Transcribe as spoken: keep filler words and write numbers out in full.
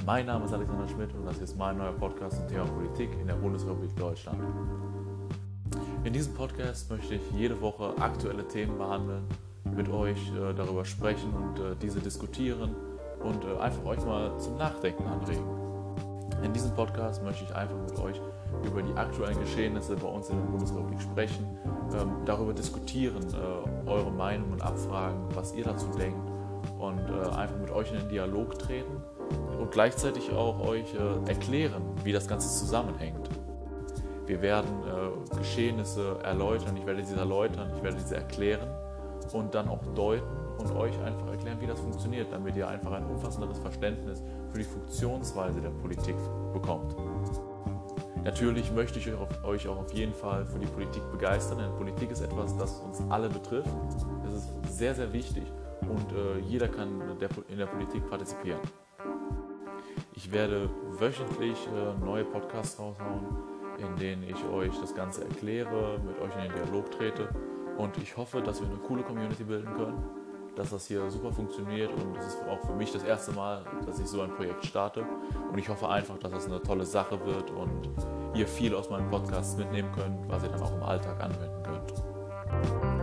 Mein Name ist Alexander Schmidt und das hier ist mein neuer Podcast zum Thema Politik in der Bundesrepublik Deutschland. In diesem Podcast möchte ich jede Woche aktuelle Themen behandeln, mit euch äh, darüber sprechen und äh, diese diskutieren und äh, einfach euch mal zum Nachdenken anregen. In diesem Podcast möchte ich einfach mit euch über die aktuellen Geschehnisse bei uns in der Bundesrepublik sprechen, ähm, darüber diskutieren, äh, eure Meinungen abfragen, was ihr dazu denkt und äh, einfach mit euch in den Dialog treten und gleichzeitig auch euch äh, erklären, wie das Ganze zusammenhängt. Wir werden äh, Geschehnisse erläutern, ich werde diese erläutern, ich werde diese erklären und dann auch deuten und euch einfach erklären, wie das funktioniert, damit ihr einfach ein umfassenderes Verständnis für die Funktionsweise der Politik bekommt. Natürlich möchte ich euch auch auf jeden Fall für die Politik begeistern, denn Politik ist etwas, das uns alle betrifft. Es ist sehr, sehr wichtig und äh, jeder kann in der Politik partizipieren. Ich werde wöchentlich äh, neue Podcasts raushauen, in denen ich euch das Ganze erkläre, mit euch in den Dialog trete und ich hoffe, dass wir eine coole Community bilden können, dass das hier super funktioniert und es ist auch für mich das erste Mal, dass ich so ein Projekt starte und ich hoffe einfach, dass das eine tolle Sache wird und ihr viel aus meinen Podcasts mitnehmen könnt, was ihr dann auch im Alltag anwenden könnt.